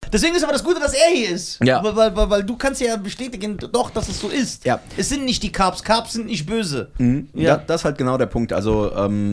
Deswegen ist aber das Gute, dass er hier ist. Ja. Weil du kannst ja bestätigen, doch, dass es so ist. Ja. Es sind nicht die Carbs. Carbs sind nicht böse. Ja, das ist halt genau der Punkt. Also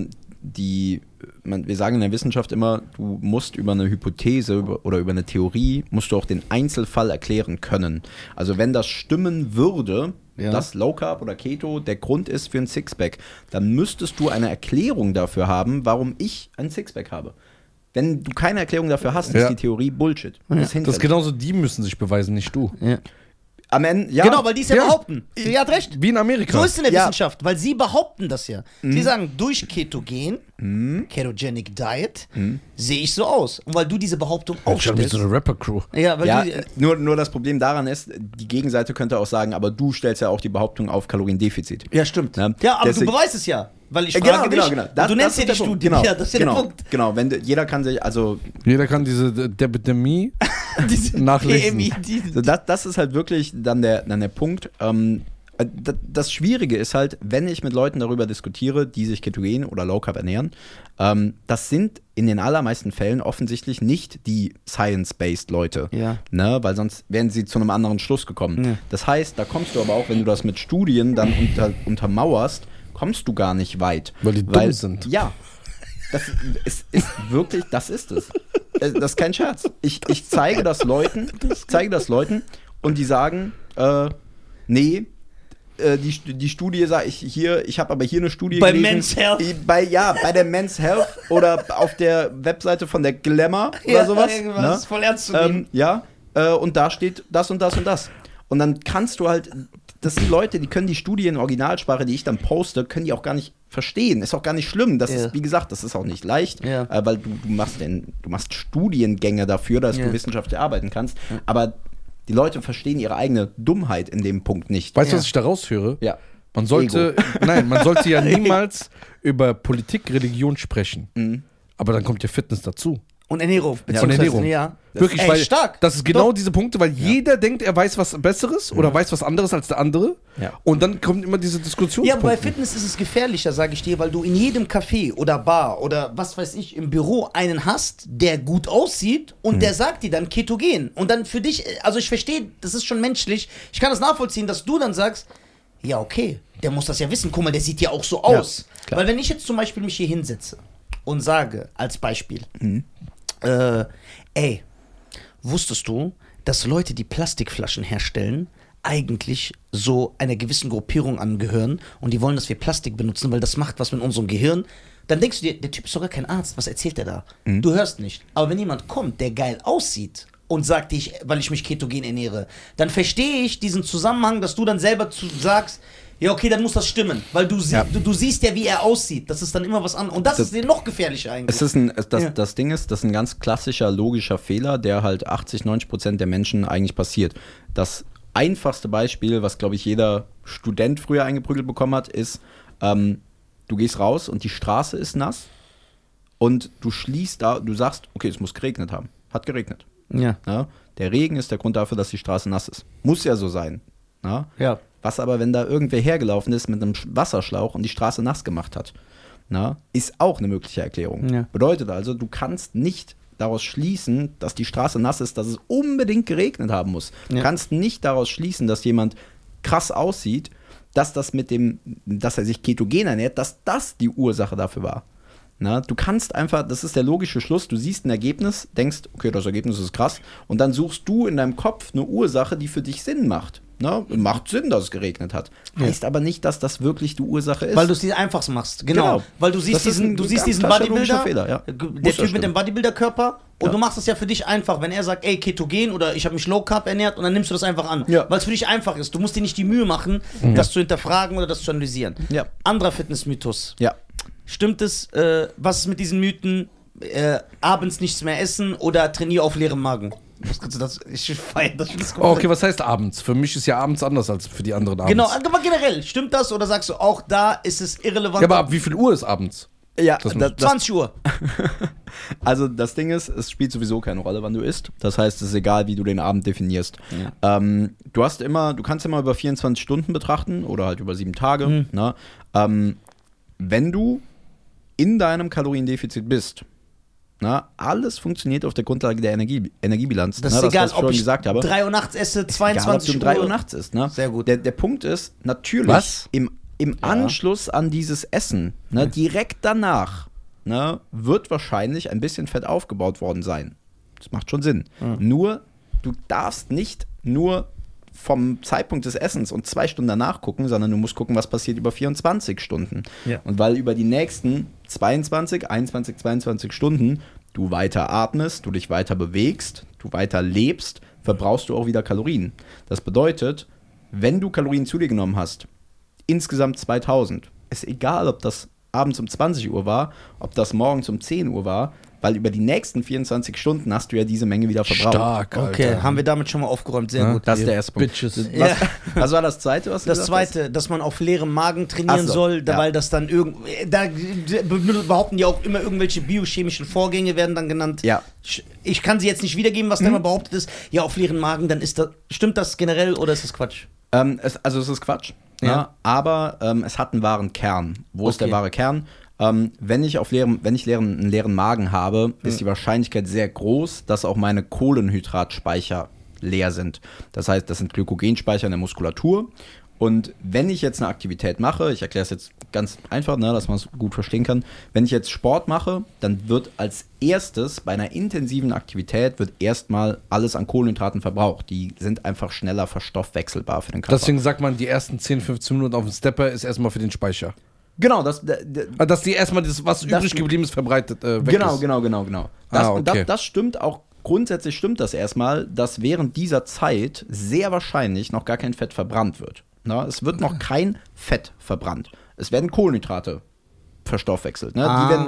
wir sagen in der Wissenschaft immer, du musst über eine Hypothese oder über eine Theorie, musst du auch den Einzelfall erklären können. Also wenn das stimmen würde, dass Low Carb oder Keto der Grund ist für ein Sixpack, dann müsstest du eine Erklärung dafür haben, warum ich ein Sixpack habe. Wenn du keine Erklärung dafür hast, ist die Theorie Bullshit. Das ist genauso, die müssen sich beweisen, nicht du. Ja. Am Ende, Genau, weil die es ja behaupten. Sie hat recht. Wie in Amerika. So ist es in der Wissenschaft, weil sie behaupten das ja. Sie sagen, durch Ketogen, Ketogenic Diet, sehe ich so aus. Und weil du diese Behauptung Ich habe aufstellst. so eine Rapper-Crew. Ja, weil du, nur das Problem daran ist, die Gegenseite könnte auch sagen, aber du stellst ja auch die Behauptung auf Kaloriendefizit. ja, stimmt. Ja, Ja, aber deswegen- du beweist es ja. Weil ich frage dich, und du nennst ja die der Punkt. Studie. Genau, Ja, das ist ja der Punkt. Genau, jeder kann sich, also Jeder kann diese Debidemie nachlesen. PMI, so das ist halt wirklich dann der Punkt. Das Schwierige ist halt, wenn ich mit Leuten darüber diskutiere, die sich ketogen oder Low Carb ernähren, das sind in den allermeisten Fällen offensichtlich nicht die Science-Based Leute. Ja. Ne? Weil sonst wären sie zu einem anderen Schluss gekommen. Ja. Das heißt, da kommst du aber auch, wenn du das mit Studien dann untermauerst, kommst du gar nicht weit. Weil die dumm sind. Ja. Das ist wirklich, das ist es. Das ist kein Scherz. Ich zeige das Leuten und die sagen, nee, die Studie sage ich habe aber hier eine Studie Bei gelesen. Men's Health. Bei der Men's Health oder auf der Webseite von der Glamour oder sowas. irgendwas. Ne? Das ist voll ernst zu nehmen. Und da steht das und das und das. Und dann kannst du halt, das sind Leute, die können die Studie in Originalsprache, die ich dann poste, können die auch gar nicht verstehen. Ist auch gar nicht schlimm. Das ist, wie gesagt, das ist auch nicht leicht, weil du machst Studiengänge dafür, dass du wissenschaftlich arbeiten kannst. Aber die Leute verstehen ihre eigene Dummheit in dem Punkt nicht. Weißt du, was ich da raushöre? Ja. Man sollte ja niemals über Politik, Religion sprechen. Aber dann kommt ja Fitness dazu. Und Ernährung. Von beziehungsweise- Ernährung. Ja. Wirklich, Ey, weil stark. das ist genau diese Punkte, weil jeder denkt, er weiß was Besseres oder weiß was anderes als der andere. Ja. Und dann kommt immer diese Ja, Diskussionspunkte. aber bei Fitness ist es gefährlicher, sage ich dir, weil du in jedem Café oder Bar oder was weiß ich im Büro einen hast, der gut aussieht und der sagt dir dann Ketogen. Und dann für dich, also ich verstehe, das ist schon menschlich, ich kann das nachvollziehen, dass du dann sagst, ja okay, der muss das ja wissen, guck mal, der sieht ja auch so aus. klar. Weil wenn ich jetzt zum Beispiel mich hier hinsetze und sage, als Beispiel, ey, wusstest du, dass Leute, die Plastikflaschen herstellen, eigentlich so einer gewissen Gruppierung angehören und die wollen, dass wir Plastik benutzen, weil das macht was mit unserem Gehirn. Dann denkst du dir, der Typ ist sogar kein Arzt, was erzählt der da? Du hörst nicht. Aber wenn jemand kommt, der geil aussieht und sagt, weil ich mich ketogen ernähre, dann verstehe ich diesen Zusammenhang, dass du dann selber sagst, ja okay, dann muss das stimmen, weil du siehst ja, wie er aussieht. Das ist dann immer was anderes. Und das ist noch gefährlicher eigentlich. Das Ding ist, das ist ein ganz klassischer, logischer Fehler, der halt 80-90% der Menschen eigentlich passiert. Das einfachste Beispiel, was, glaube ich, jeder Student früher eingeprügelt bekommen hat, ist, du gehst raus und die Straße ist nass und du sagst, okay, es muss geregnet haben. Hat geregnet. Ja. Ja? Der Regen ist der Grund dafür, dass die Straße nass ist. Muss ja so sein. Ja? Was aber, wenn da irgendwer hergelaufen ist mit einem Wasserschlauch und die Straße nass gemacht hat, ist auch eine mögliche Erklärung. Ja. Bedeutet also, du kannst nicht daraus schließen, dass die Straße nass ist, dass es unbedingt geregnet haben muss. Du kannst nicht daraus schließen, dass jemand krass aussieht, dass er sich ketogen ernährt, dass das die Ursache dafür war. Du kannst einfach, das ist der logische Schluss, du siehst ein Ergebnis, denkst, okay, das Ergebnis ist krass, und dann suchst du in deinem Kopf eine Ursache, die für dich Sinn macht. Macht Sinn, dass es geregnet hat. Heißt aber nicht, dass das wirklich die Ursache ist. Weil du es dir einfach machst, genau. Weil du siehst diesen Bodybuilder, Fehler, der Typ mit dem Bodybuilder-Körper, und du machst es ja für dich einfach, wenn er sagt, ey, Ketogen oder ich habe mich Low Carb ernährt, und dann nimmst du das einfach an. Ja. Weil es für dich einfach ist. Du musst dir nicht die Mühe machen, das zu hinterfragen oder das zu analysieren. Ja. Anderer Fitnessmythos. Ja. Stimmt es, was ist mit diesen Mythen, abends nichts mehr essen oder trainiere auf leerem Magen? Was kannst du das? Ich feiere das. Okay, was heißt abends? Für mich ist ja abends anders als für die anderen abends. Genau, aber generell, stimmt das oder sagst du, auch da ist es irrelevant? Ja, aber ab wie viel Uhr ist abends? Ja, 20 Uhr. Also das Ding ist, es spielt sowieso keine Rolle, wann du isst. Das heißt, es ist egal, wie du den Abend definierst. Ja. Du kannst immer über 24 Stunden betrachten oder halt über 7 Tage. Wenn du in deinem Kaloriendefizit bist, Na, alles funktioniert auf der Grundlage der Energiebilanz. Das ist egal, was ich ob schon ich gesagt habe. 3 Uhr nachts esse, 22 Egal, ob du um 3 Uhr Uhr. nachts isst. Ne? Sehr gut. Der Punkt ist, natürlich Was? im Anschluss an dieses Essen, ne, direkt danach, ne, wird wahrscheinlich ein bisschen Fett aufgebaut worden sein. Das macht schon Sinn. Nur, du darfst nicht nur vom Zeitpunkt des Essens und 2 Stunden danach gucken, sondern du musst gucken, was passiert über 24 Stunden. Ja. Und weil über die nächsten 22, 21, 22 Stunden du weiter atmest, du dich weiter bewegst, du weiter lebst, verbrauchst du auch wieder Kalorien. Das bedeutet, wenn du Kalorien zu dir genommen hast, insgesamt 2000, ist egal, ob das abends um 20 Uhr war, ob das morgens um 10 Uhr war, weil über die nächsten 24 Stunden hast du ja diese Menge wieder verbraucht. Stark, Alter. Okay, haben wir damit schon mal aufgeräumt. Sehr gut. Das ist der erste Punkt. Bitches. Was war das Zweite, was du Das gesagt hast? Zweite, dass man auf leerem Magen trainieren Ach so, soll, ja. weil das dann da behaupten ja auch immer irgendwelche biochemischen Vorgänge werden dann genannt. Ja. Ich kann sie jetzt nicht wiedergeben, was da immer behauptet ist. Ja, auf leeren Magen, dann ist das, stimmt das generell oder ist das Quatsch? Es ist Quatsch, Ja. ja, aber es hat einen wahren Kern. Wo ist der Okay. wahre Kern? Wenn ich einen leeren Magen habe, ist die Wahrscheinlichkeit sehr groß, dass auch meine Kohlenhydratspeicher leer sind. Das heißt, das sind Glykogenspeicher in der Muskulatur. Und wenn ich jetzt eine Aktivität mache, ich erkläre es jetzt ganz einfach, ne, dass man es gut verstehen kann, wenn ich jetzt Sport mache, dann wird als erstes bei einer intensiven Aktivität wird erstmal alles an Kohlenhydraten verbraucht. Die sind einfach schneller verstoffwechselbar für den Körper. Deswegen sagt man, die ersten 10, 15 Minuten auf dem Stepper ist erstmal für den Speicher. Genau, Dass die erstmal das, was übrig geblieben ist, verbreitet weg ist. Genau. Okay. Das stimmt auch, grundsätzlich stimmt das erstmal, dass während dieser Zeit sehr wahrscheinlich noch gar kein Fett verbrannt wird. Na, es wird noch kein Fett verbrannt. Es werden Kohlenhydrate verstoffwechselt. Ne?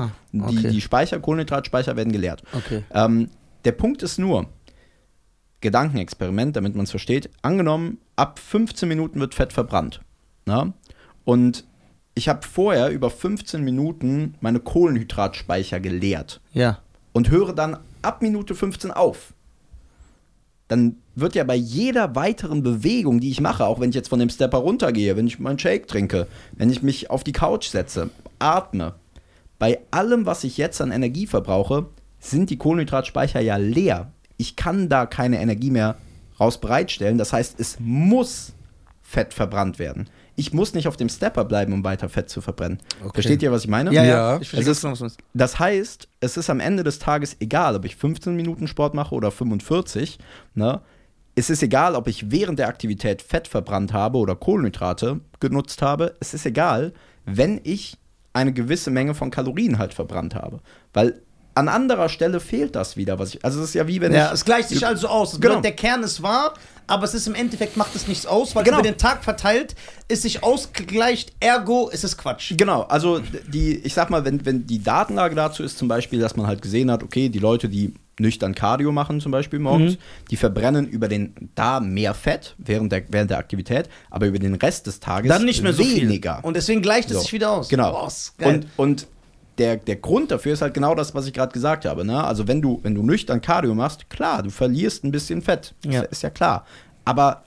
Die Kohlenhydratspeicher werden geleert. Okay. Der Punkt ist nur, Gedankenexperiment, damit man es versteht, angenommen, ab 15 Minuten wird Fett verbrannt. Na? Und ich habe vorher über 15 Minuten meine Kohlenhydratspeicher geleert Ja. und höre dann ab Minute 15 auf. Dann wird ja bei jeder weiteren Bewegung, die ich mache, auch wenn ich jetzt von dem Stepper runtergehe, wenn ich meinen Shake trinke, wenn ich mich auf die Couch setze, atme, bei allem, was ich jetzt an Energie verbrauche, sind die Kohlenhydratspeicher ja leer. Ich kann da keine Energie mehr raus bereitstellen. Das heißt, es muss Fett verbrannt werden. Ich muss nicht auf dem Stepper bleiben, um weiter Fett zu verbrennen. Okay. Versteht ihr, was ich meine? Ja. Ich verstehe Es ist- was du meinst. Das heißt, es ist am Ende des Tages egal, ob ich 15 Minuten Sport mache oder 45. Ne? Es ist egal, ob ich während der Aktivität Fett verbrannt habe oder Kohlenhydrate genutzt habe. Es ist egal, wenn ich eine gewisse Menge von Kalorien halt verbrannt habe. Weil an anderer Stelle fehlt das wieder. Also es ist ja wie wenn Ja, ich... es gleicht sich also aus. Das Genau. bedeutet, der Kern ist wahr, aber es ist im Endeffekt, macht es nichts aus, weil Genau. über den Tag verteilt ist sich ausgegleicht, ergo ist es Quatsch. Genau, also ich sag mal, wenn die Datenlage dazu ist zum Beispiel, dass man halt gesehen hat, okay, die Leute, die nüchtern Cardio machen zum Beispiel morgens, die verbrennen da mehr Fett während der Aktivität, aber über den Rest des Tages Dann nicht mehr so weniger. viel. Und deswegen gleicht es So. sich wieder aus. Genau. Boah, ist geil. Und der Grund dafür ist halt genau das, was ich gerade gesagt habe. Ne? Also wenn du nüchtern Cardio machst, klar, du verlierst ein bisschen Fett. Ja. Ist ja klar. Aber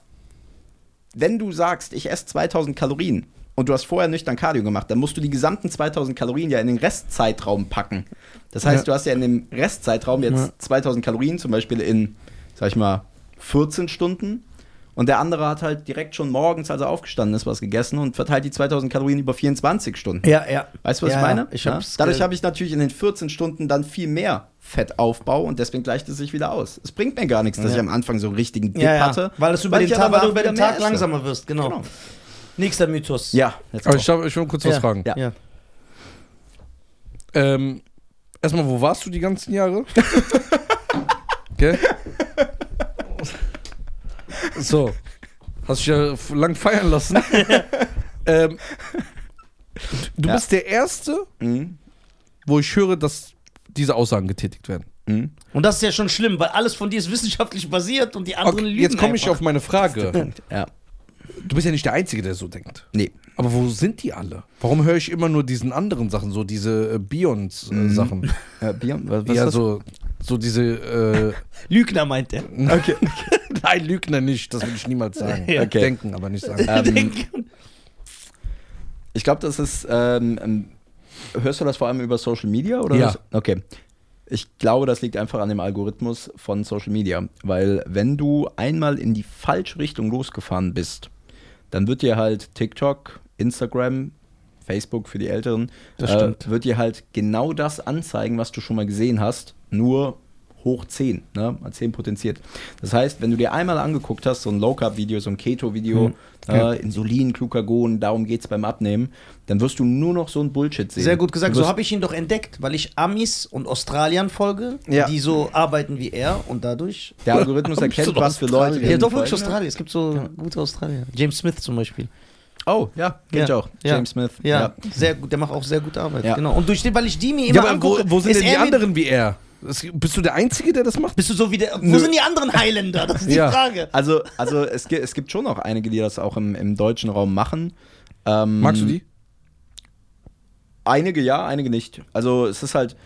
wenn du sagst, ich esse 2000 Kalorien und du hast vorher nüchtern Cardio gemacht, dann musst du die gesamten 2000 Kalorien ja in den Restzeitraum packen. Das heißt, du hast ja in dem Restzeitraum jetzt 2000 Kalorien, zum Beispiel in, sag ich mal, 14 Stunden. Und der andere hat halt direkt schon morgens, als er aufgestanden ist, was gegessen und verteilt die 2000 Kalorien über 24 Stunden. Ja. Weißt du, was Ja, ich meine? ich Ja? hab's Dadurch habe ich natürlich in den 14 Stunden dann viel mehr Fettaufbau und deswegen gleicht es sich wieder aus. Es bringt mir gar nichts, dass ich am Anfang so einen richtigen Dip hatte. Weil du über den ich Tag, danach weil du über wieder den mehr Tag esse. langsamer wirst, genau. Nächster Mythos. Ja, jetzt Aber auch. ich will kurz was fragen. Ja. Ja. Erstmal, wo warst du die ganzen Jahre? Okay. So. Hast dich ja lang feiern lassen. Du Ja. bist der Erste, wo ich höre, dass diese Aussagen getätigt werden. Und das ist ja schon schlimm, weil alles von dir ist wissenschaftlich basiert und die anderen Okay, lügen jetzt komme ich einfach. auf meine Frage. Ja. Du bist ja nicht der Einzige, der so denkt. Nee. Aber wo sind die alle? Warum höre ich immer nur diesen anderen Sachen, so diese Beyond-Sachen? Was Ja, ist das? so diese. Lügner meint er. Okay. Nein, Lügner nicht, das will ich niemals sagen. Ja. Okay. Denken, aber nicht sagen. Ich glaube, das ist. Hörst du das vor allem über Social Media? Oder Ja. was? Okay. Ich glaube, das liegt einfach an dem Algorithmus von Social Media. Weil wenn du einmal in die falsche Richtung losgefahren bist, dann wird dir halt TikTok, Instagram, Facebook für die Älteren, wird dir halt genau das anzeigen, was du schon mal gesehen hast, nur hoch 10, ne? Mal 10 potenziert. Das heißt, wenn du dir einmal angeguckt hast, so ein Low-Carb-Video, so ein Keto-Video, Insulin, Glucagon, darum geht's beim Abnehmen, dann wirst du nur noch so ein Bullshit sehen. Sehr gut gesagt, so habe ich ihn doch entdeckt, weil ich Amis und Australiern folge, die so arbeiten wie er und dadurch... Der Algorithmus erkennt, was für Leute... Ja, doch wirklich Australien, es gibt so gute Australier. James Smith zum Beispiel. Oh, ja, kenn ich auch. James Smith. Ja, sehr gut, der macht auch sehr gute Arbeit. Ja. Genau. Und weil ich die mir immer angucke... Wo sind denn die anderen wie er? Bist du der Einzige, der das macht? Bist du so wie der... Wo sind die anderen Highlander? Das ist die Frage. Also es gibt schon noch einige, die das auch im deutschen Raum machen. Magst du die? Einige ja, einige nicht. Also es ist halt...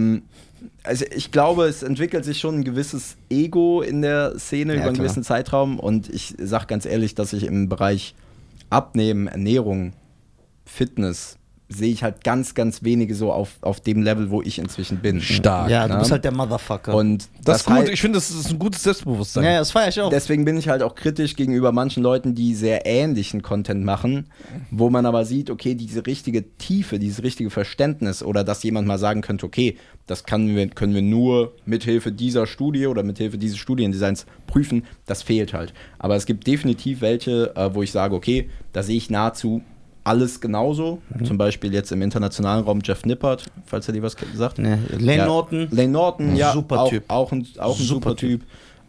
also ich glaube, es entwickelt sich schon ein gewisses Ego in der Szene über einen gewissen Zeitraum. Und ich sag ganz ehrlich, dass ich im Bereich Abnehmen, Ernährung, Fitness... sehe ich halt ganz, ganz wenige so auf dem Level, wo ich inzwischen bin. Stark. Ja, du bist halt der Motherfucker. Und das ist gut, ich finde, das ist ein gutes Selbstbewusstsein. Ja, das feiere ich auch. Deswegen bin ich halt auch kritisch gegenüber manchen Leuten, die sehr ähnlichen Content machen, wo man aber sieht, okay, diese richtige Tiefe, dieses richtige Verständnis oder dass jemand mal sagen könnte, okay, das können wir nur mithilfe dieser Studie oder mithilfe dieses Studiendesigns prüfen, das fehlt halt. Aber es gibt definitiv welche, wo ich sage, okay, da sehe ich nahezu alles genauso. Zum Beispiel jetzt im internationalen Raum Jeff Nippert, falls er dir was sagt. Nee. Lane Norton. Lane Norton, ja. Super Typ. Auch ein super Typ.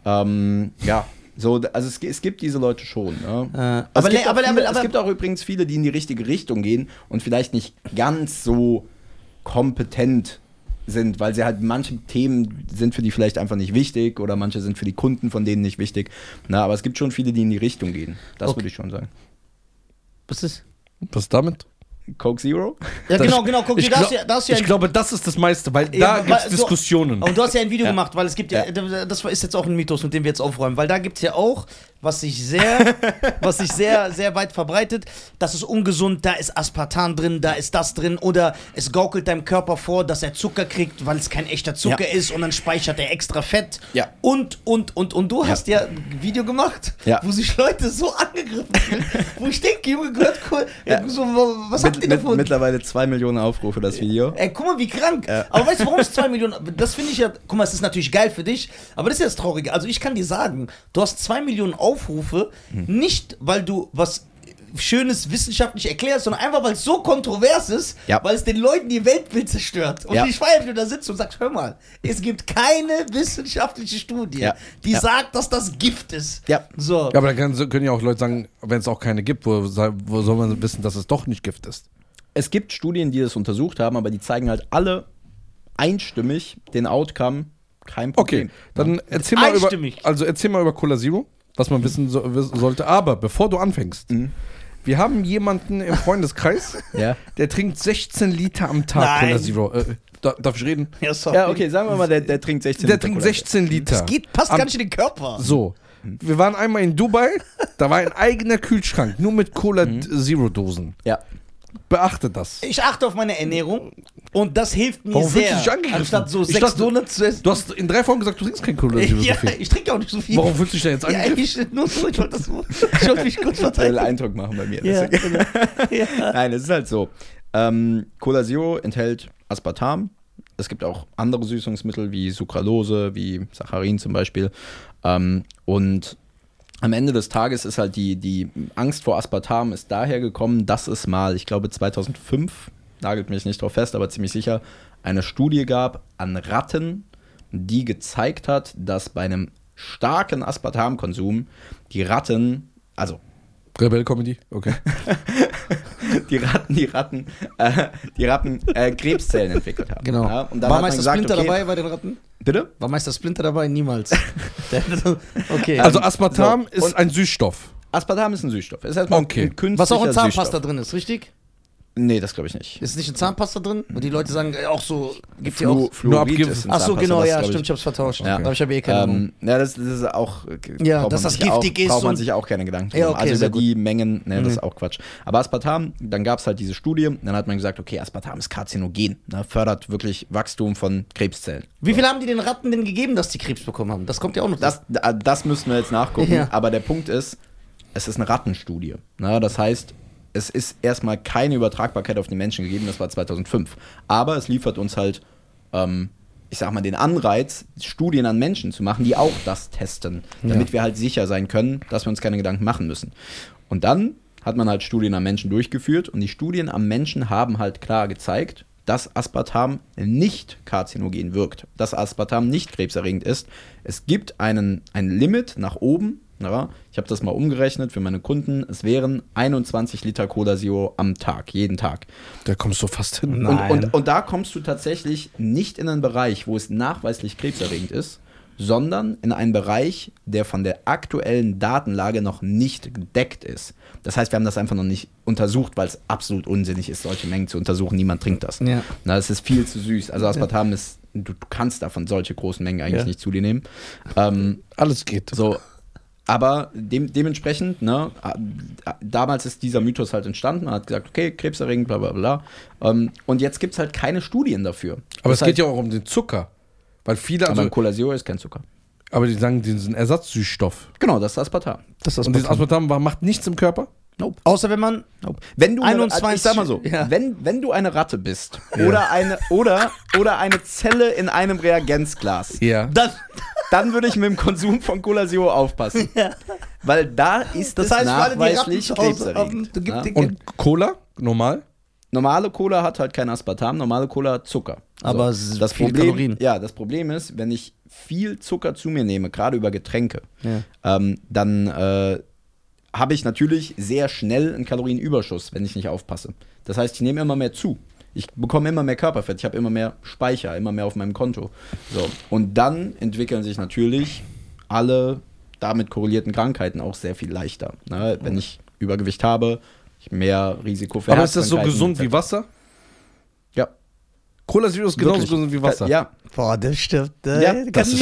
Ja, so, also es gibt diese Leute schon. Ne? Aber es gibt auch übrigens viele, die in die richtige Richtung gehen und vielleicht nicht ganz so kompetent sind, weil sie halt manche Themen sind für die vielleicht einfach nicht wichtig oder manche sind für die Kunden von denen nicht wichtig. Na, aber es gibt schon viele, die in die Richtung gehen. Das würde ich schon sagen. Was ist? Was ist damit? Coke Zero? Ja, genau, guck, ich glaube, das ist das meiste, weil da gibt es Diskussionen. Und du hast ja ein Video gemacht, weil es gibt ja, das ist jetzt auch ein Mythos, mit dem wir jetzt aufräumen, weil da gibt es ja auch, was sich sehr, sehr weit verbreitet, das ist ungesund, da ist Aspartam drin, da ist das drin oder es gaukelt deinem Körper vor, dass er Zucker kriegt, weil es kein echter Zucker ist und dann speichert er extra Fett und du hast ja ein Video gemacht, wo sich Leute so angegriffen fühlen, wo ich denke, Junge, gehört so, was habt ihr davon? Mittlerweile 2 Millionen Aufrufe, das Video. Ey, guck mal, wie krank. Aber weißt du, warum es 2 Millionen, das finde ich ja, guck mal, es ist natürlich geil für dich, aber das ist ja das Traurige. Also ich kann dir sagen, du hast 2 Millionen Aufrufe, nicht weil du was Schönes wissenschaftlich erklärst, sondern einfach, weil es so kontrovers ist, weil es den Leuten ihr Weltbild zerstört. Und ich feiere, wenn du da sitzt und sagst, hör mal, es gibt keine wissenschaftliche Studie, die sagt, dass das Gift ist. So. Ja, aber dann können ja auch Leute sagen, wenn es auch keine gibt, wo soll man wissen, dass es doch nicht Gift ist? Es gibt Studien, die das untersucht haben, aber die zeigen halt alle einstimmig den Outcome, kein Problem. Okay, dann erzähl mal über Cola Zero, was man wissen sollte. Aber bevor du anfängst, wir haben jemanden im Freundeskreis, der trinkt 16 Liter am Tag Cola Zero. Darf ich reden? Ja, sorry. Ja, okay, sagen wir mal, der trinkt 16 Liter. Der trinkt 16 Liter. Das passt gar nicht in den Körper. So. Wir waren einmal in Dubai, da war ein eigener Kühlschrank, nur mit Cola Zero Dosen. Ja. Beachte das. Ich achte auf meine Ernährung und das hilft mir Warum sehr. Fühlst du dich angegriffen? Anstatt so 6 Donuts zu essen. Du hast in 3 Folgen gesagt, du trinkst kein Cola Zero so viel. Ich trinke auch nicht so viel. Warum fühlst du dich denn jetzt angegriffen? Ich wollte mich kurz verteidigen. Eindruck machen bei mir. Ja, genau. Nein, es ist halt so. Cola Zero enthält Aspartam. Es gibt auch andere Süßungsmittel wie Sucralose, wie Saccharin zum Beispiel. Und am Ende des Tages ist halt die Angst vor Aspartam ist daher gekommen, dass es mal, ich glaube 2005, nagelt mich nicht drauf fest, aber ziemlich sicher, eine Studie gab an Ratten, die gezeigt hat, dass bei einem starken Aspartamkonsum die Ratten, also Rebell-Comedy, okay. die Ratten Krebszellen entwickelt haben. Genau. Ja, und dann war Meister Splinter dabei bei den Ratten? Bitte? War Meister Splinter dabei? Niemals. Okay. Also Aspartam ist ein Süßstoff. Aspartam ist ein Süßstoff. Ist erstmal ein künstlicher was auch in Zahnpasta Süßstoff. drin ist, richtig? Nee, das glaube ich nicht. Ist nicht in Zahnpasta drin? Und die Leute sagen auch so, gibt ja auch nur Abgift. Achso, genau, ja, stimmt, ich hab's vertauscht. Ja. Aber ich habe keine Ahnung. Ja, das ist auch. Ja, dass das giftig ist. Braucht man sich auch keine Gedanken ja, okay, also über die Mengen, das ist auch Quatsch. Aber Aspartam, dann gab es halt diese Studie, dann hat man gesagt, okay, Aspartam ist karzinogen, fördert wirklich Wachstum von Krebszellen. Wie viel haben die den Ratten denn gegeben, dass die Krebs bekommen haben? Das kommt ja auch noch. Das müssen wir jetzt nachgucken, aber der Punkt ist, es ist eine Rattenstudie. Das heißt, es ist erstmal keine Übertragbarkeit auf den Menschen gegeben, das war 2005. Aber es liefert uns halt, ich sag mal, den Anreiz, Studien an Menschen zu machen, die auch das testen, damit wir halt sicher sein können, dass wir uns keine Gedanken machen müssen. Und dann hat man halt Studien an Menschen durchgeführt und die Studien am Menschen haben halt klar gezeigt, dass Aspartam nicht karzinogen wirkt, dass Aspartam nicht krebserregend ist. Es gibt ein Limit nach oben. Ja, ich habe das mal umgerechnet für meine Kunden. Es wären 21 Liter Cola Zero am Tag, jeden Tag. Da kommst du fast hin. Und da kommst du tatsächlich nicht in einen Bereich, wo es nachweislich krebserregend ist, sondern in einen Bereich, der von der aktuellen Datenlage noch nicht gedeckt ist. Das heißt, wir haben das einfach noch nicht untersucht, weil es absolut unsinnig ist, solche Mengen zu untersuchen. Niemand trinkt das. Ja. Es ist viel zu süß. Also Aspartam ist, du kannst davon solche großen Mengen eigentlich nicht zu dir nehmen. Alles geht. So. Aber dementsprechend, damals ist dieser Mythos halt entstanden. Man hat gesagt, okay, krebserregend, bla bla bla. Und jetzt gibt es halt keine Studien dafür. Aber es geht ja auch um den Zucker. Weil viele. Aber Cola Zero ist kein Zucker. Aber die sagen, die sind Ersatzsüßstoff. Genau, das ist Aspartam. Und dieses Aspartam macht nichts im Körper? Nope. Außer wenn man. Nope. Wenn du 21, ich sag mal so, wenn du eine Ratte bist oder eine Zelle in einem Reagenzglas, dann würde ich mit dem Konsum von Cola Zero aufpassen. Ja. Weil da ist das heißt, nachweislich krebserregend. Und Cola? Normal? Normale Cola hat halt kein Aspartam, normale Cola hat Zucker. Aber das viel Kalorien. Ja, das Problem ist, wenn ich viel Zucker zu mir nehme, gerade über Getränke, dann habe ich natürlich sehr schnell einen Kalorienüberschuss, wenn ich nicht aufpasse. Das heißt, ich nehme immer mehr zu. Ich bekomme immer mehr Körperfett, ich habe immer mehr Speicher, immer mehr auf meinem Konto. So. Und dann entwickeln sich natürlich alle damit korrelierten Krankheiten auch sehr viel leichter. Wenn ich Übergewicht habe, ich mehr Risiko für Aber ist das so gesund wie Wasser? Ja. Cola Zero ist genauso gesund wie Wasser. Ja. Boah, das stimmt. Ja,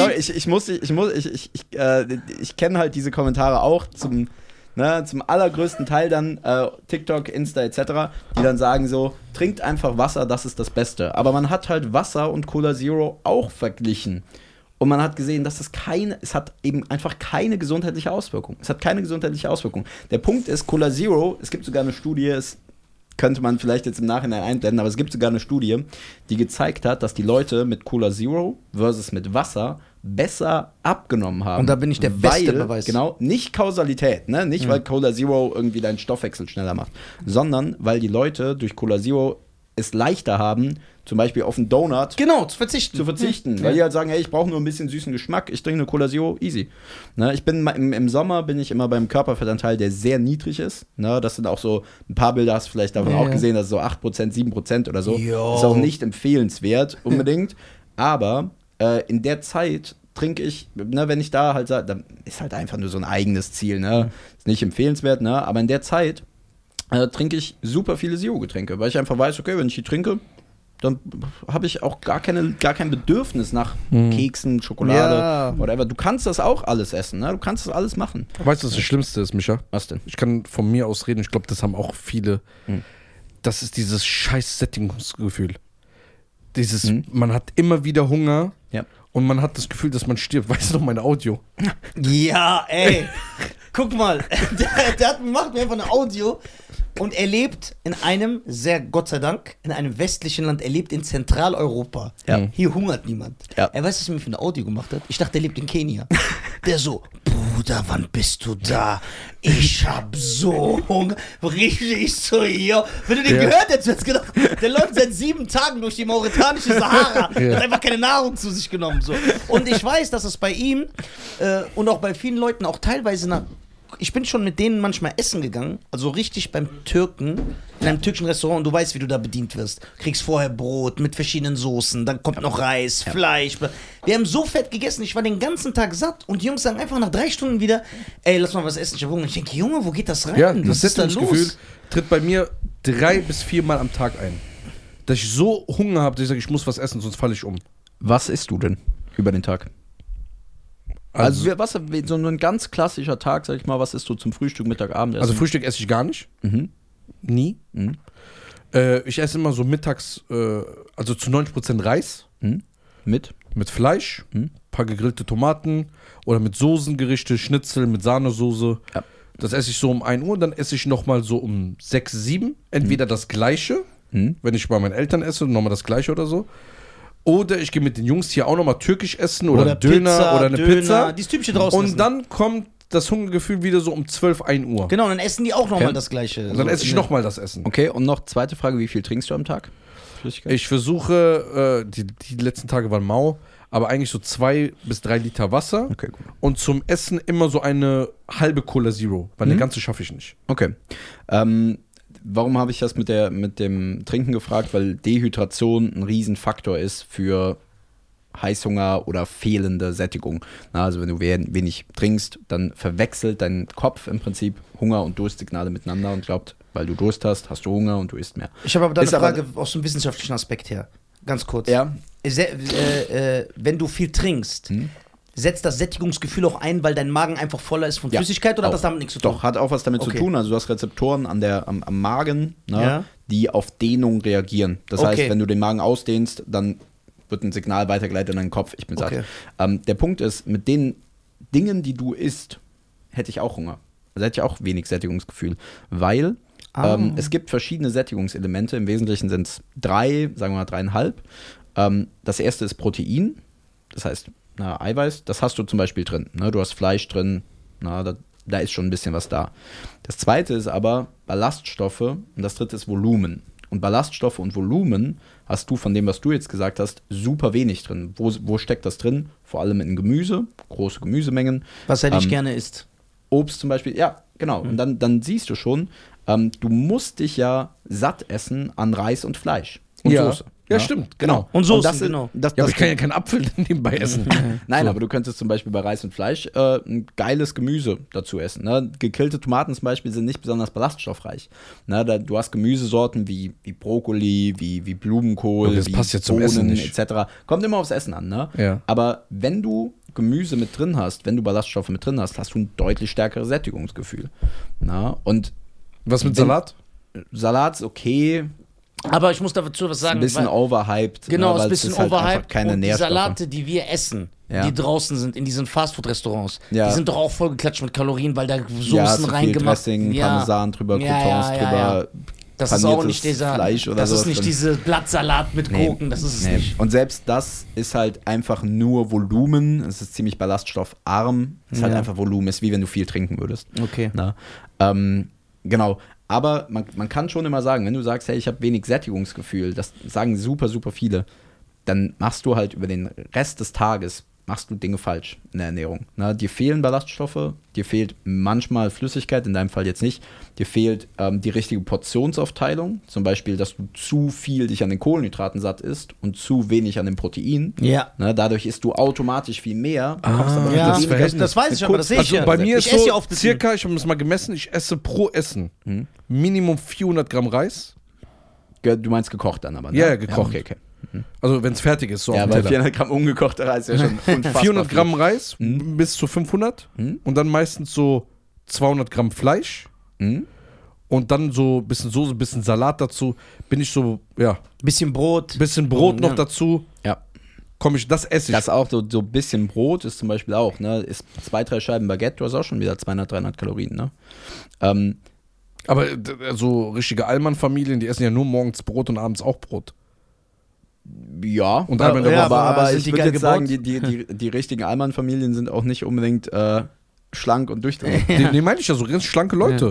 ich kenne halt diese Kommentare auch zum allergrößten Teil dann TikTok, Insta etc., die dann sagen so, trinkt einfach Wasser, das ist das Beste. Aber man hat halt Wasser und Cola Zero auch verglichen. Und man hat gesehen, dass es hat eben einfach keine gesundheitliche Auswirkung. Es hat keine gesundheitliche Auswirkung. Der Punkt ist, Cola Zero, es gibt sogar eine Studie, es könnte man vielleicht jetzt im Nachhinein einblenden, aber es gibt sogar eine Studie, die gezeigt hat, dass die Leute mit Cola Zero versus mit Wasser besser abgenommen haben. Und da bin ich der beste Beweis. Genau, nicht Kausalität, nicht weil Cola Zero irgendwie deinen Stoffwechsel schneller macht, sondern weil die Leute durch Cola Zero es leichter haben, zum Beispiel auf einen Donut zu verzichten. Weil die halt sagen, hey, ich brauche nur ein bisschen süßen Geschmack, ich trinke eine Cola Zero, easy. Ich bin im Sommer bin ich immer beim Körperfettanteil, der sehr niedrig ist. Das sind auch so ein paar Bilder, hast du vielleicht davon auch gesehen, dass so 8%, 7% oder so. Jo. Ist auch nicht empfehlenswert unbedingt. Aber in der Zeit trinke ich, wenn ich da halt sage, dann ist halt einfach nur so ein eigenes Ziel. Ist nicht empfehlenswert, aber in der Zeit trinke ich super viele Zero-Getränke, weil ich einfach weiß, okay, wenn ich die trinke, dann habe ich auch gar kein Bedürfnis nach Keksen, Schokolade, whatever. Du kannst das auch alles essen, du kannst das alles machen. Weißt du, was das Schlimmste ist, Micha? Was denn? Ich kann von mir aus reden, ich glaube, das haben auch viele. Das ist dieses scheiß Sättigungsgefühl. Man hat immer wieder Hunger und man hat das Gefühl, dass man stirbt. Weißt du noch, mein Audio? Ja, ey. Guck mal, der macht mir einfach ein Audio und er lebt in einem, Gott sei Dank, in einem westlichen Land, er lebt in Zentraleuropa. Ja. Hier hungert niemand. Ja. Er weiß, was er mir für ein Audio gemacht hat. Ich dachte, er lebt in Kenia. Der so, Bruder, wann bist du da? Ich hab so Hunger. Richtig so hier. Wenn du den gehört hättest, hättest du gedacht, der läuft seit 7 Tagen durch die mauretanische Sahara. Ja. Hat einfach keine Nahrung zu sich genommen. So. Und ich weiß, dass es bei ihm und auch bei vielen Leuten auch teilweise ich bin schon mit denen manchmal essen gegangen, also richtig beim Türken, in einem türkischen Restaurant, und du weißt, wie du da bedient wirst. Du kriegst vorher Brot mit verschiedenen Soßen, dann kommt noch Reis, Fleisch. Wir haben so fett gegessen, ich war den ganzen Tag satt und die Jungs sagen einfach nach 3 Stunden wieder, ey, lass mal was essen, ich hab Hunger. Ich denke, Junge, wo geht das rein? Ja, das Sättigungsgefühl tritt bei mir 3 bis 4 Mal am Tag ein. Dass ich so Hunger habe, dass ich sage, ich muss was essen, sonst falle ich um. Was isst du denn über den Tag? Also was, so ein ganz klassischer Tag, sag ich mal, was isst du zum Frühstück, Mittag, Abendessen? Also Frühstück esse ich gar nicht. Nie. Ich esse immer so mittags, also zu 90% Reis. Mit Fleisch, paar gegrillte Tomaten oder mit Soßengerichte, Schnitzel mit Sahnesoße. Ja. Das esse ich so um 1 Uhr und dann esse ich nochmal so um 6, 7. Entweder das Gleiche, wenn ich bei meinen Eltern esse, nochmal das Gleiche oder so. Oder ich gehe mit den Jungs hier auch nochmal türkisch essen oder Döner Pizza, oder eine Pizza. Dieses typische draußen und essen. Dann kommt das Hungergefühl wieder so um 12, 1 Uhr. Genau, und dann essen die auch nochmal das Gleiche. Und dann esse ich nochmal das Essen. Okay, und noch zweite Frage, wie viel trinkst du am Tag? Flüssigkeit? Ich versuche, die letzten Tage waren mau, aber eigentlich so 2 bis 3 Liter Wasser. Okay, gut. Und zum Essen immer so eine halbe Cola Zero, weil eine ganze schaffe ich nicht. Okay. Warum habe ich das mit dem Trinken gefragt? Weil Dehydration ein Riesenfaktor ist für Heißhunger oder fehlende Sättigung. Also wenn du wenig trinkst, dann verwechselt dein Kopf im Prinzip Hunger- und Durstsignale miteinander und glaubt, weil du Durst hast, hast du Hunger und du isst mehr. Ich habe aber da eine Frage aus dem wissenschaftlichen Aspekt her. Ganz kurz. Ja. Wenn du viel trinkst, setzt das Sättigungsgefühl auch ein, weil dein Magen einfach voller ist von Flüssigkeit oder hat das damit nichts zu tun? Doch, hat auch was damit zu tun. Also du hast Rezeptoren am Magen, die auf Dehnung reagieren. Das heißt, wenn du den Magen ausdehnst, dann wird ein Signal weitergeleitet in deinen Kopf, ich bin satt. Der Punkt ist, mit den Dingen, die du isst, hätte ich auch Hunger. Also hätte ich auch wenig Sättigungsgefühl. Weil es gibt verschiedene Sättigungselemente. Im Wesentlichen sind es 3, sagen wir mal 3,5. Das erste ist Protein. Das heißt, Eiweiß, das hast du zum Beispiel drin. Ne? Du hast Fleisch drin, da ist schon ein bisschen was da. Das zweite ist aber Ballaststoffe und das dritte ist Volumen. Und Ballaststoffe und Volumen hast du von dem, was du jetzt gesagt hast, super wenig drin. Wo steckt das drin? Vor allem in Gemüse, große Gemüsemengen. Was er nicht gerne isst. Obst zum Beispiel, ja, genau. Und dann siehst du schon, du musst dich ja satt essen an Reis und Fleisch und Soße. Ja, stimmt, genau. Und Soßen, genau. Aber ich kann ja keinen Apfel nebenbei essen. Nein, aber du könntest zum Beispiel bei Reis und Fleisch ein geiles Gemüse dazu essen. Ne? Gegrillte Tomaten zum Beispiel sind nicht besonders ballaststoffreich. Ne? Du hast Gemüsesorten wie Brokkoli, wie Blumenkohl, das wie passt ja zum Bohnen Essen nicht. etc. Kommt immer aufs Essen an. Ne? Ja. Aber wenn du Gemüse mit drin hast, wenn du Ballaststoffe mit drin hast, hast du ein deutlich stärkeres Sättigungsgefühl. Na? Und was mit Salat? Salat ist okay. Aber ich muss dazu was sagen. Ein bisschen overhyped. Genau, ist ein bisschen overhyped. Halt keine und die Nährstoffe. Salate, die wir essen, die draußen sind, in diesen Fastfood-Restaurants, die sind doch auch vollgeklatscht mit Kalorien, weil da Soßen reingemacht werden. Parmesan drüber, Croutons drüber. Das ist auch nicht dieser Fleisch oder das ist sowas nicht diese Blattsalat mit Gurken, das ist es nicht. Und selbst das ist halt einfach nur Volumen. Es ist ziemlich ballaststoffarm. Es ist halt einfach Volumen. Es ist wie wenn du viel trinken würdest. Okay. Genau. Aber man kann schon immer sagen, wenn du sagst, hey, ich habe wenig Sättigungsgefühl, das sagen super, super viele, dann machst du halt über den Rest des Tages, machst du Dinge falsch in der Ernährung. Na, dir fehlen Ballaststoffe, dir fehlt manchmal Flüssigkeit, in deinem Fall jetzt nicht, dir fehlt die richtige Portionsaufteilung, zum Beispiel, dass du zu viel dich an den Kohlenhydraten satt isst und zu wenig an dem Protein. Ja. Na, dadurch isst du automatisch viel mehr. Das weiß ich, aber das sehe ich ja. Bei mir ist so circa, ich habe es mal gemessen, ich esse pro Essen Minimum 400 Gramm Reis. Du meinst gekocht dann aber, ne? Ja, gekocht. Ja, okay. Also wenn es fertig ist, so ja, weil 400 Gramm ungekochter Reis ist ja schon unfassbar 400 Gramm Reis bis zu 500 und dann meistens so 200 Gramm Fleisch und dann so ein bisschen Soße, ein bisschen Salat dazu. Bin ich so, bisschen Brot noch dazu. Ja. Das esse ich. Das auch so ein bisschen Brot ist zum Beispiel auch, ne? Ist 2-3 Scheiben Baguette, du hast auch schon wieder 200, 300 Kalorien, ne? Aber so richtige Allmann-Familien, die essen ja nur morgens Brot und abends auch Brot. Ja, und aber ich würde jetzt sagen, die richtigen Allmann-Familien sind auch nicht unbedingt schlank und durchtrainiert. Die meine ich ja, so ganz schlanke Leute.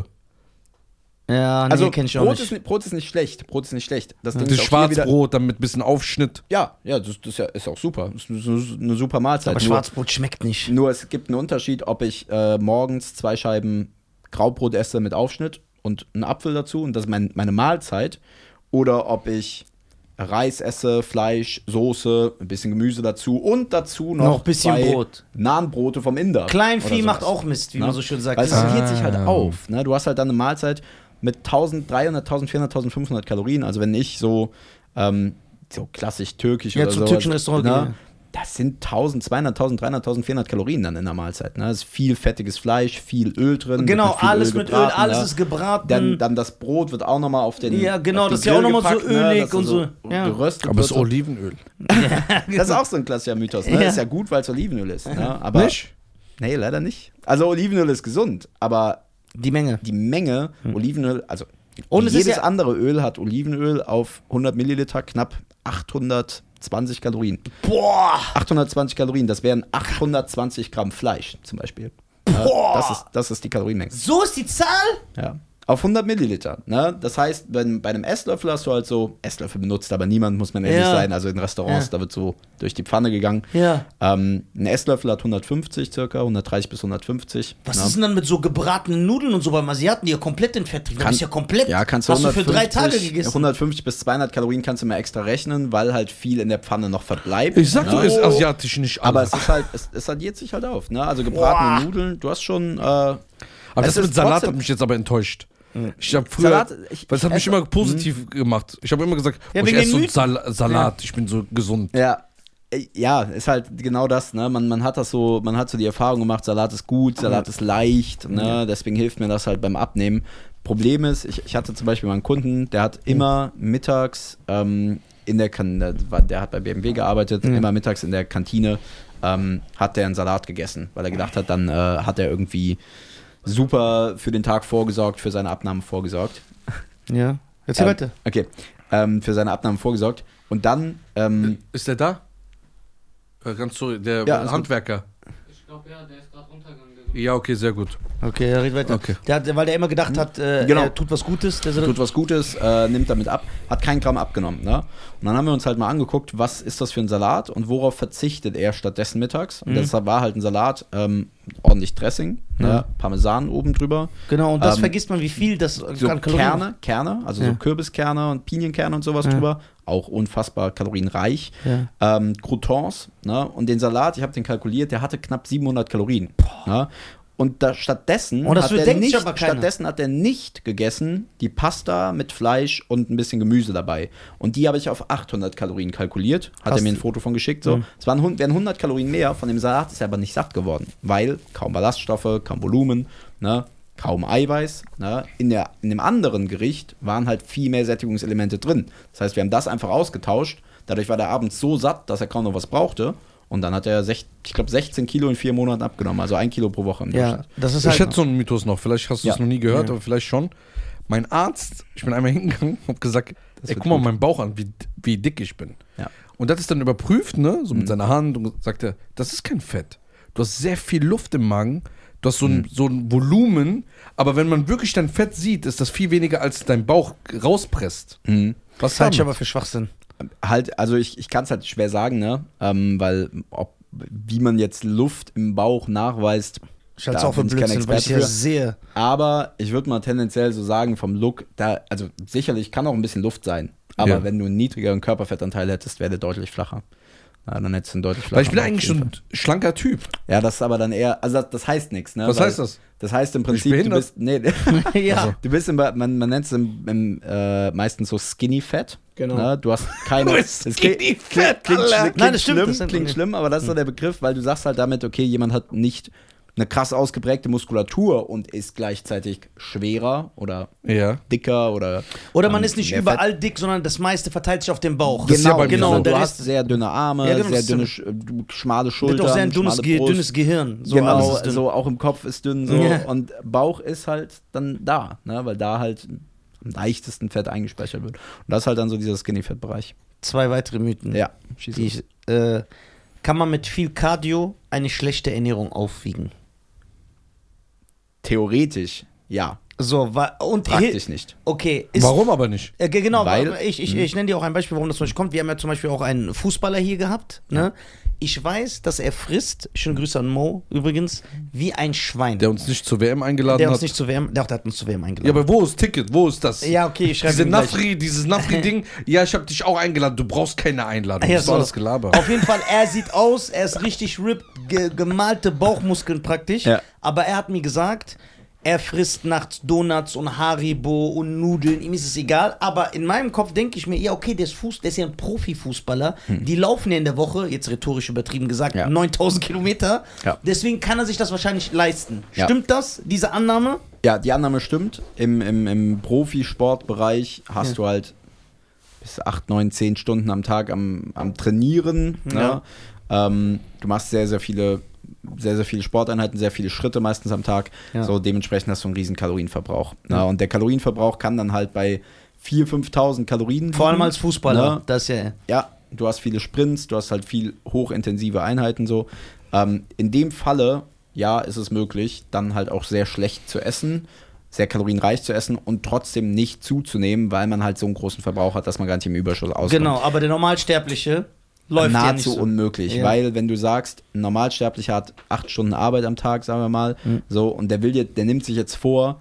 Ja, also kenn ich auch nicht. Brot ist nicht schlecht. Das ist Schwarzbrot, dann mit ein bisschen Aufschnitt. Ja, das ist auch super. Das ist eine super Mahlzeit. Aber Schwarzbrot schmeckt nicht. Nur es gibt einen Unterschied, ob ich morgens 2 Scheiben Graubrot esse mit Aufschnitt und einen Apfel dazu und das ist meine Mahlzeit, oder ob ich Reis esse, Fleisch, Soße, ein bisschen Gemüse dazu und dazu noch ein bisschen 2 Brot. Nahenbrote vom Inder. Kleinvieh macht auch Mist, wie man so schön sagt. Weil es summiert sich halt auf. Ne? Du hast halt dann eine Mahlzeit, mit 1300, 1400, 1500 Kalorien. Also wenn ich so klassisch türkisch oder so. Ja, zum türkischen Restaurant. Das sind 1200, 1300, 1400 Kalorien dann in der Mahlzeit. Ne? Das ist viel fettiges Fleisch, viel Öl drin. Genau, alles mit Öl, alles ist gebraten. Dann das Brot wird auch nochmal auf den Ja, genau, das ist ja auch nochmal so ölig und so. Geröstet aber es ist Olivenöl. Das ist auch so ein klassischer Mythos. Ne? Das ist ja gut, weil es Olivenöl ist. Ne? Aber nicht? Nee, leider nicht. Also Olivenöl ist gesund, aber die Menge Olivenöl, also und jedes andere Öl hat Olivenöl auf 100 Milliliter knapp 820 Kalorien. Boah! 820 Kalorien, das wären 820 Gramm Fleisch zum Beispiel. Boah! Das ist die Kalorienmenge. So ist die Zahl? Ja. Auf 100 Milliliter. Ne? Das heißt, bei einem Esslöffel hast du halt so, Esslöffel benutzt aber niemand, muss man ehrlich sein. Also in Restaurants, da wird so durch die Pfanne gegangen. Ja. Ein Esslöffel hat 150 circa, 130 bis 150. Was ist denn dann mit so gebratenen Nudeln und so beim Asiaten, die ja komplett in Fett drin? Das ist ja komplett. Ja, kannst du hast 150, du für 3 Tage gegessen. 150 bis 200 Kalorien kannst du mal extra rechnen, weil halt viel in der Pfanne noch verbleibt. Ich sag, du isst asiatisch nicht alles. Aber es ist halt, es addiert sich halt auf. Ne? Also gebratene Nudeln, du hast schon. Aber das mit Salat hat mich jetzt aber enttäuscht. Ich habe früher, Salat, das hat mich immer positiv gemacht. Ich habe immer gesagt, ich esse so Salat, ich bin so gesund. Ja, ist halt genau das, ne? Man hat so die Erfahrung gemacht, Salat ist gut, Salat ist leicht, ne? Deswegen hilft mir das halt beim Abnehmen. Problem ist, ich hatte zum Beispiel mal einen Kunden, der hat immer mittags der hat bei BMW gearbeitet, immer mittags in der Kantine hat der einen Salat gegessen, weil er gedacht hat, dann hat er irgendwie super für den Tag vorgesorgt, für seine Abnahme vorgesorgt. Ja, erzähl weiter. Okay, für seine Abnahme vorgesorgt. Und dann... ist der da? Ganz sorry, der Handwerker. Ich glaube, ja, der ist gerade runtergegangen. Ja, okay, sehr gut. Okay, red weiter. Okay. Weil der immer gedacht hat, er tut was Gutes. Nimmt damit ab, hat keinen Gramm abgenommen. Ne? Und dann haben wir uns halt mal angeguckt, was ist das für ein Salat und worauf verzichtet er stattdessen mittags. Und das war halt ein Salat, ordentlich Dressing, ne? Parmesan oben drüber. Genau, und das vergisst man, wie viel das so an Kalorien. Kerne, also so Kürbiskerne und Pinienkerne und sowas drüber. Auch unfassbar kalorienreich. Croutons, ne? Und den Salat, ich habe den kalkuliert, der hatte knapp 700 Kalorien. Ne? Und stattdessen hat er nicht gegessen die Pasta mit Fleisch und ein bisschen Gemüse dabei. Und die habe ich auf 800 Kalorien kalkuliert. Hat er mir ein Foto von geschickt. So. Es wären 100 Kalorien mehr. Von dem Salat ist er aber nicht satt geworden. Weil kaum Ballaststoffe, kaum Volumen, ne? Kaum Eiweiß. Ne? In dem anderen Gericht waren halt viel mehr Sättigungselemente drin. Das heißt, wir haben das einfach ausgetauscht. Dadurch war der abends so satt, dass er kaum noch was brauchte. Und dann hat er, 16 Kilo in 4 Monaten abgenommen. Also 1 Kilo pro Woche im Durchschnitt. Das ist ich hätte so einen Mythos noch. Vielleicht hast du es noch nie gehört, aber vielleicht schon. Mein Arzt, ich bin einmal hingegangen und habe gesagt, guck mal meinen Bauch an, wie dick ich bin. Ja. Und das ist dann überprüft, ne, so mit seiner Hand und sagt er, das ist kein Fett. Du hast sehr viel Luft im Magen. Du hast so ein Volumen, aber wenn man wirklich dein Fett sieht, ist das viel weniger, als dein Bauch rauspresst. Was halte ich aber für Schwachsinn? Halt, also ich kann es halt schwer sagen, ne? Weil wie man jetzt Luft im Bauch nachweist, ich halte es auch für Blödsinn, weil ich ja sehe. Aber ich würde mal tendenziell so sagen, vom Look, also sicherlich kann auch ein bisschen Luft sein, aber wenn du einen niedrigeren Körperfettanteil hättest, wäre der deutlich flacher. Ja, dann hättest du einen deutlich flacher. Weil ich bin eigentlich schon ein schlanker Typ. Ja, das ist aber dann eher, also das heißt nichts, ne? Was heißt das? Das heißt im Prinzip, du bist, du bist man nennt es meistens so Skinny Fat. Genau. Ne? Du hast keine. Skinny Fat, Nein, das stimmt. Klingt schlimm, aber das ist so der Begriff, weil du sagst halt damit, okay, jemand hat nicht eine krass ausgeprägte Muskulatur und ist gleichzeitig schwerer oder dicker oder man ist nicht überall dick, sondern das meiste verteilt sich auf dem Bauch. Genau. Du hast sehr dünne Arme, sehr dünne, schmale Schultern, auch sehr ein dünnes Gehirn. So genau, so auch im Kopf ist dünn so und Bauch ist halt dann da, ne, weil da halt am leichtesten Fett eingespeichert wird. Und das ist halt dann so dieser Skinny-Fat-Bereich. 2 weitere Mythen. Ja, kann man mit viel Cardio eine schlechte Ernährung aufwiegen? Theoretisch, ja. So, praktisch nicht. Okay. Warum aber nicht? Genau, weil ich nenne dir auch ein Beispiel, warum das zum Beispiel kommt. Wir haben ja zum Beispiel auch einen Fußballer hier gehabt. Ne? Ich weiß, dass er frisst, schöne Grüße an Mo übrigens, wie ein Schwein. Der uns nicht zur WM eingeladen hat. Der hat uns zur WM eingeladen. Ja, aber wo ist Ticket? Wo ist das? Ja, okay, ich schreibe dieses Nafri-Ding. Ja, ich habe dich auch eingeladen. Du brauchst keine Einladung. Das ist alles Gelaber. Auf jeden Fall, er sieht aus, er ist richtig ripped, gemalte Bauchmuskeln praktisch. Ja. Aber er hat mir gesagt, er frisst nachts Donuts und Haribo und Nudeln, ihm ist es egal, aber in meinem Kopf denke ich mir, ja okay, der ist ja ein Profifußballer, die laufen ja in der Woche, jetzt rhetorisch übertrieben gesagt, 9000 Kilometer, deswegen kann er sich das wahrscheinlich leisten. Stimmt das, diese Annahme? Ja, die Annahme stimmt. Im Profisportbereich hast du halt bis 8, 9, 10 Stunden am Tag am Trainieren. Ne? Du machst sehr, sehr viele Sporteinheiten, sehr viele Schritte meistens am Tag. So dementsprechend hast du einen riesen Kalorienverbrauch. Ja. Und der Kalorienverbrauch kann dann halt bei 4.000, 5.000 Kalorien. Vor allem als Fußballer. Ne? Das ja, du hast viele Sprints, du hast halt viel hochintensive Einheiten so. In dem Falle, ja, ist es möglich, dann halt auch sehr schlecht zu essen, sehr kalorienreich zu essen und trotzdem nicht zuzunehmen, weil man halt so einen großen Verbrauch hat, dass man gar nicht im Überschuss auskommt. Genau, aber der Normalsterbliche läuft nahezu ja nicht so. Unmöglich, weil wenn du sagst, ein Normalsterblicher hat 8 Stunden Arbeit am Tag, sagen wir mal, so, und der nimmt sich jetzt vor,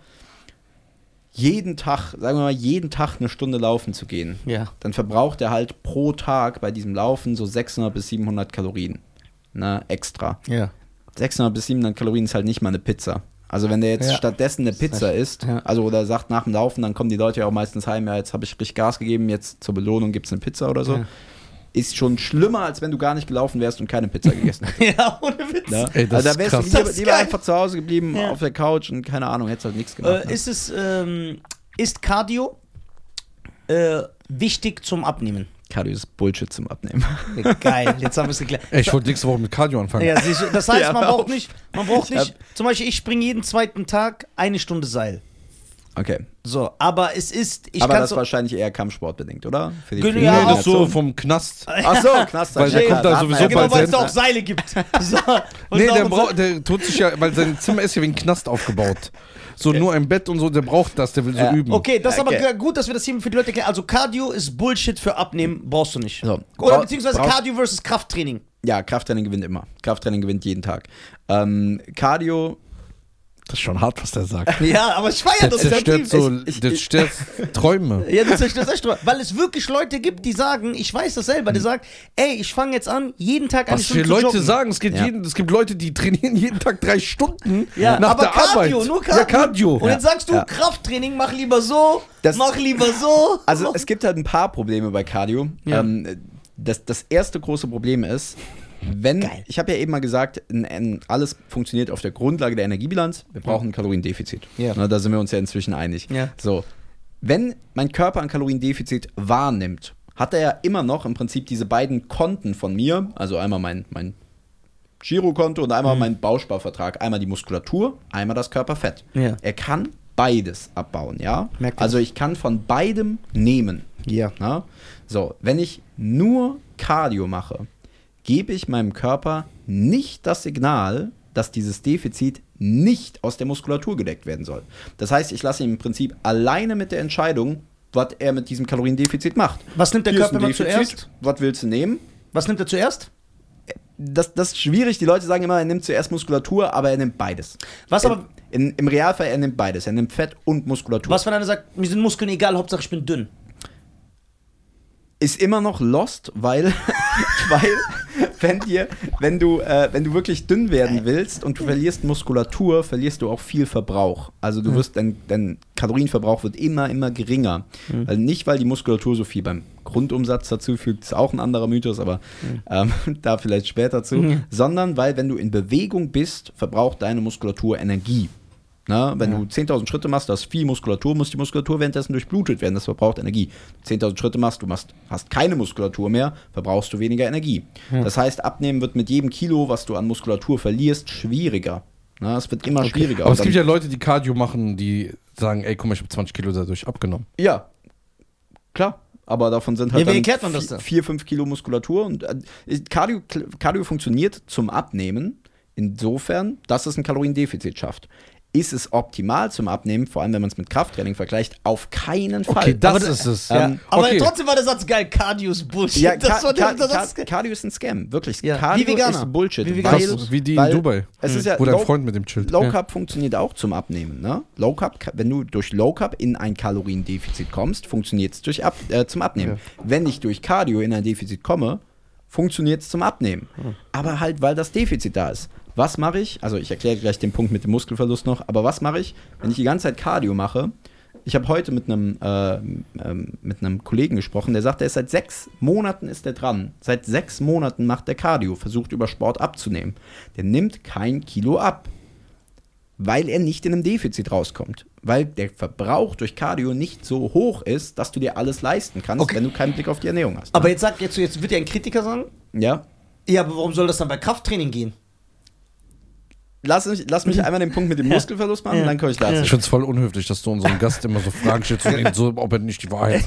jeden Tag eine Stunde laufen zu gehen, dann verbraucht er halt pro Tag bei diesem Laufen so 600 bis 700 Kalorien, ne, extra. 600 bis 700 Kalorien ist halt nicht mal eine Pizza. Also wenn der jetzt stattdessen eine Pizza isst, also oder sagt nach dem Laufen, dann kommen die Leute ja auch meistens heim, ja, jetzt habe ich richtig Gas gegeben, jetzt zur Belohnung gibt es eine Pizza oder so. Ist schon schlimmer, als wenn du gar nicht gelaufen wärst und keine Pizza gegessen hättest. Ja, ohne Witz. Ja? Ey, also da wärst krass. du lieber einfach zu Hause geblieben, auf der Couch und keine Ahnung, hättest halt nichts gemacht. Ist Cardio wichtig zum Abnehmen? Cardio ist Bullshit zum Abnehmen. Geil, jetzt haben wir es geklärt. Ich wollte nächste Woche mit Cardio anfangen. Ja, das heißt, man braucht nicht, zum Beispiel ich springe jeden zweiten Tag 1 Stunde Seil. Okay. So, aber es ist... aber das ist wahrscheinlich eher kampfsportbedingt, oder? Für die nee, das ist so vom Knast. Ach so, Knast. Weil der kommt da sowieso genau, weil es da auch Seile gibt. So, nee, der tut sich ja, weil sein Zimmer ist ja wie ein Knast aufgebaut. So nur ein Bett und so, der braucht das, der will so üben. Okay, das ist aber gut, dass wir das hier für die Leute erklären. Also Cardio ist Bullshit für Abnehmen, brauchst du nicht. So. Oder beziehungsweise Cardio versus Krafttraining. Ja, Krafttraining gewinnt immer. Krafttraining gewinnt jeden Tag. Cardio... Das ist schon hart, was der sagt. Ja, aber ich feiere das. Das zerstört Träume. Ja, das zerstört Träume. Weil es wirklich Leute gibt, die sagen, ich weiß das selber, die sagen, ey, ich fange jetzt an, jeden Tag eine Stunde zu joggen. Was für Leute sagen, es gibt Leute, die trainieren jeden Tag 3 Stunden nach aber der Cardio, Arbeit. Nur Cardio. Ja, Cardio. Und dann sagst du, Krafttraining, mach lieber so, mach lieber so. Also es gibt halt ein paar Probleme bei Cardio. Ja. Das erste große Problem ist, ich habe ja eben mal gesagt, alles funktioniert auf der Grundlage der Energiebilanz. Wir brauchen ein Kaloriendefizit. Ja. Na, da sind wir uns ja inzwischen einig. Ja. So, wenn mein Körper ein Kaloriendefizit wahrnimmt, hat er ja immer noch im Prinzip diese beiden Konten von mir, also einmal mein Girokonto und einmal mein Bausparvertrag, einmal die Muskulatur, einmal das Körperfett. Ja. Er kann beides abbauen, ja? Also ich kann von beidem nehmen. Ja. Na? So, wenn ich nur Cardio mache, gebe ich meinem Körper nicht das Signal, dass dieses Defizit nicht aus der Muskulatur gedeckt werden soll. Das heißt, ich lasse ihn im Prinzip alleine mit der Entscheidung, was er mit diesem Kaloriendefizit macht. Was nimmt der Körper immer zuerst? Was willst du nehmen? Was nimmt er zuerst? Das ist schwierig. Die Leute sagen immer, er nimmt zuerst Muskulatur, aber er nimmt beides. Im Realfall, er nimmt beides. Er nimmt Fett und Muskulatur. Was, wenn einer sagt, mir sind Muskeln egal, Hauptsache ich bin dünn? Ist immer noch lost, weil wenn du wirklich dünn werden willst und du verlierst Muskulatur, verlierst du auch viel Verbrauch. Also du wirst dein Kalorienverbrauch wird immer geringer. Also nicht, weil die Muskulatur so viel beim Grundumsatz dazu fügt, ist auch ein anderer Mythos, aber da vielleicht später zu, sondern weil, wenn du in Bewegung bist, verbraucht deine Muskulatur Energie. Na, wenn du 10.000 Schritte machst, hast viel Muskulatur, muss die Muskulatur währenddessen durchblutet werden, das verbraucht Energie. 10.000 Schritte machst, hast keine Muskulatur mehr, verbrauchst du weniger Energie. Das heißt, Abnehmen wird mit jedem Kilo, was du an Muskulatur verlierst, schwieriger. Na, es wird immer schwieriger. Aber es gibt ja Leute, die Cardio machen, die sagen, ey, guck mal, ich habe 20 Kilo dadurch abgenommen. Ja, klar. Aber davon sind halt wie erklärt man das 4-5 Kilo Muskulatur. Und Cardio funktioniert zum Abnehmen insofern, dass es ein Kaloriendefizit schafft. Ist es optimal zum Abnehmen, vor allem wenn man es mit Krafttraining vergleicht? Auf keinen Fall. Okay, das ist es. Aber trotzdem war der Satz geil, Cardio ist Bullshit. Ja, Cardio ist ein Scam, wirklich. Ja. Cardio ist Bullshit. Wie die in Dubai, wo dein Freund mit dem chillt. Low Carb funktioniert auch zum Abnehmen. Ne? Low Carb, wenn du durch Low Carb in ein Kaloriendefizit kommst, funktioniert es zum Abnehmen. Ja. Wenn ich durch Cardio in ein Defizit komme, funktioniert es zum Abnehmen. Aber halt, weil das Defizit da ist. Was mache ich? Also ich erkläre gleich den Punkt mit dem Muskelverlust noch, aber was mache ich, wenn ich die ganze Zeit Cardio mache? Ich habe heute mit einem Kollegen gesprochen, der sagt, der ist seit 6 Monaten ist der dran. Seit 6 Monaten macht der Cardio, versucht über Sport abzunehmen. Der nimmt kein Kilo ab, weil er nicht in einem Defizit rauskommt. Weil der Verbrauch durch Cardio nicht so hoch ist, dass du dir alles leisten kannst, wenn du keinen Blick auf die Ernährung hast. Aber jetzt wird ja ein Kritiker sagen? Ja. Ja, aber warum soll das dann bei Krafttraining gehen? Lass mich einmal den Punkt mit dem Muskelverlust machen, dann komme ich dazu. Ich finde es voll unhöflich, dass du unserem Gast immer so Fragen stellst und ihn so, ob er nicht die Wahrheit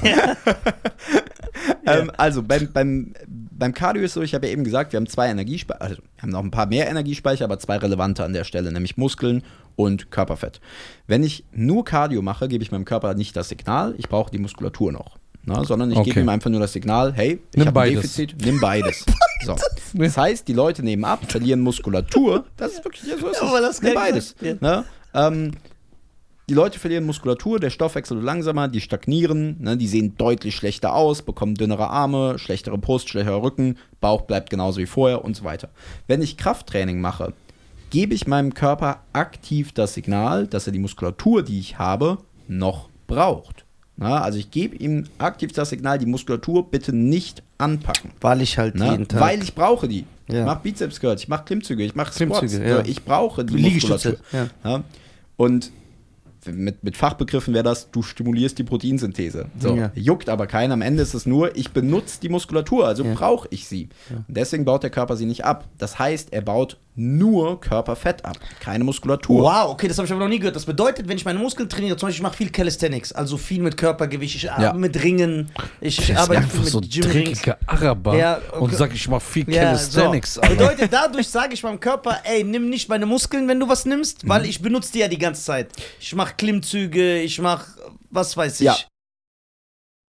hat. Also, beim Cardio ist so, ich habe ja eben gesagt, wir haben 2 Energiespeicher, also wir haben noch ein paar mehr Energiespeicher, aber 2 relevante an der Stelle, nämlich Muskeln und Körperfett. Wenn ich nur Cardio mache, gebe ich meinem Körper nicht das Signal, ich brauche die Muskulatur noch. Sondern ich gebe ihm einfach nur das Signal, hey, ich habe ein Defizit, nimm beides. So. Das heißt, die Leute nehmen ab, verlieren Muskulatur, das ist wirklich so, nimm beides. Ja. Die Leute verlieren Muskulatur, der Stoffwechsel wird langsamer, die stagnieren, die sehen deutlich schlechter aus, bekommen dünnere Arme, schlechtere Brust, schlechterer Rücken, Bauch bleibt genauso wie vorher und so weiter. Wenn ich Krafttraining mache, gebe ich meinem Körper aktiv das Signal, dass er die Muskulatur, die ich habe, noch braucht. Also ich gebe ihm aktiv das Signal, die Muskulatur bitte nicht anpacken. Weil ich halt jeden Tag... Weil ich brauche die. Ja. Ich mache Bizeps Curls, ich mache Klimmzüge, ich mache Squats. Ja. Ich brauche die Muskulatur. Ja. Und mit Fachbegriffen wäre das, du stimulierst die Proteinsynthese. So, juckt aber keinen. Am Ende ist es nur, ich benutze die Muskulatur, also brauche ich sie. Ja. Und deswegen baut der Körper sie nicht ab. Das heißt, er baut nur Körperfett ab, keine Muskulatur. Wow, okay, das habe ich aber noch nie gehört. Das bedeutet, wenn ich meine Muskeln trainiere, zum Beispiel, ich mache viel Calisthenics, also viel mit Körpergewicht, ich arbeite mit Ringen, ich arbeite viel mit so Gym-Rings. Araber und sag, ich mache viel Calisthenics. So. Bedeutet, dadurch sage ich meinem Körper, ey, nimm nicht meine Muskeln, wenn du was nimmst, weil ich benutze die ja die ganze Zeit. Ich mache Klimmzüge, ich mache, was weiß ich. Ja,